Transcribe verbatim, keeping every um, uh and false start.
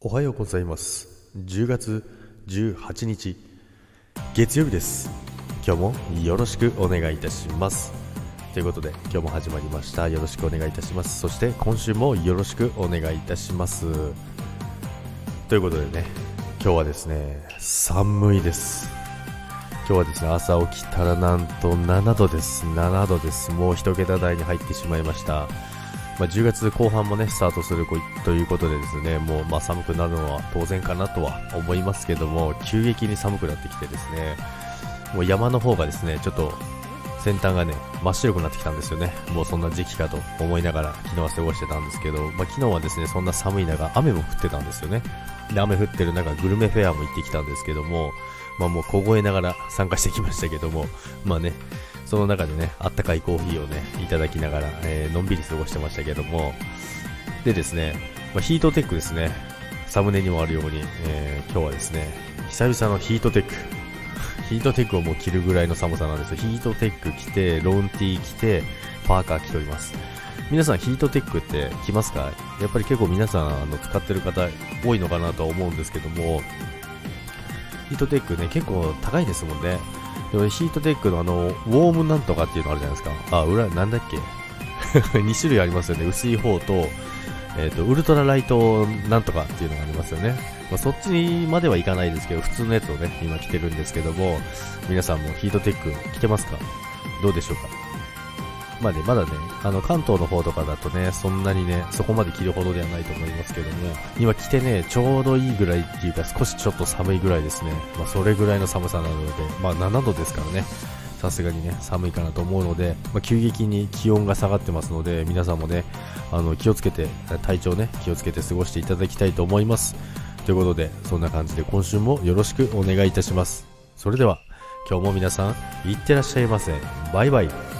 おはようございます。じゅうがつじゅうはちにち月曜日です。今日もよろしくお願いいたします。ということで今日も始まりました。よろしくお願いいたします。そして今週もよろしくお願いいたします。ということでね、今日はですね寒いです。今日はですね朝起きたらなんとななどです。ななどです。もう一桁台に入ってしまいました。まあ、じゅうがつこう半もねスタートするということでですね、もうまあ寒くなるのは当然かなとは思いますけども、急激に寒くなってきてですね、もう山の方がですねちょっと先端がね真っ白くなってきたんですよね。もうそんな時期かと思いながら昨日は過ごしてたんですけど、まあ、昨日はですねそんな寒い中雨も降ってたんですよね。で雨降ってる中グルメフェアも行ってきたんですけども、まあもう凍えながら参加してきましたけども、まあねその中でねあったかいコーヒーをねいただきながら、えー、のんびり過ごしてましたけども、でですね、まあ、ヒートテックですね、サムネにもあるように、えー、今日はですね久々のヒートテックヒートテックをもう着るぐらいの寒さなんですよ。ヒートテック着てロンティー着てパーカー着ております。皆さんヒートテックって着ますか？やっぱり結構皆さんあの使ってる方多いのかなとは思うんですけども、ヒートテックね結構高いですもんね。ヒートテックのあのウォームなんとかっていうのあるじゃないですか。あ、裏なんだっけに種類ありますよね。薄い方と、えーとウルトラライトなんとかっていうのがありますよね。まあ、そっちまではいかないですけど普通のやつをね今着てるんですけども、皆さんもヒートテック着てますか？どうでしょうか？まあね、まだねあの関東の方とかだとねそんなにねそこまで着るほどではないと思いますけども、今着てねちょうどいいぐらいっていうか少しちょっと寒いぐらいですね。まあそれぐらいの寒さなので、まあななどですからね、さすがにね寒いかなと思うので、まあ、急激に気温が下がってますので、皆さんもねあの気をつけて体調ね気をつけて過ごしていただきたいと思います。ということでそんな感じで今週もよろしくお願いいたします。それでは今日も皆さんいってらっしゃいませ。バイバイ。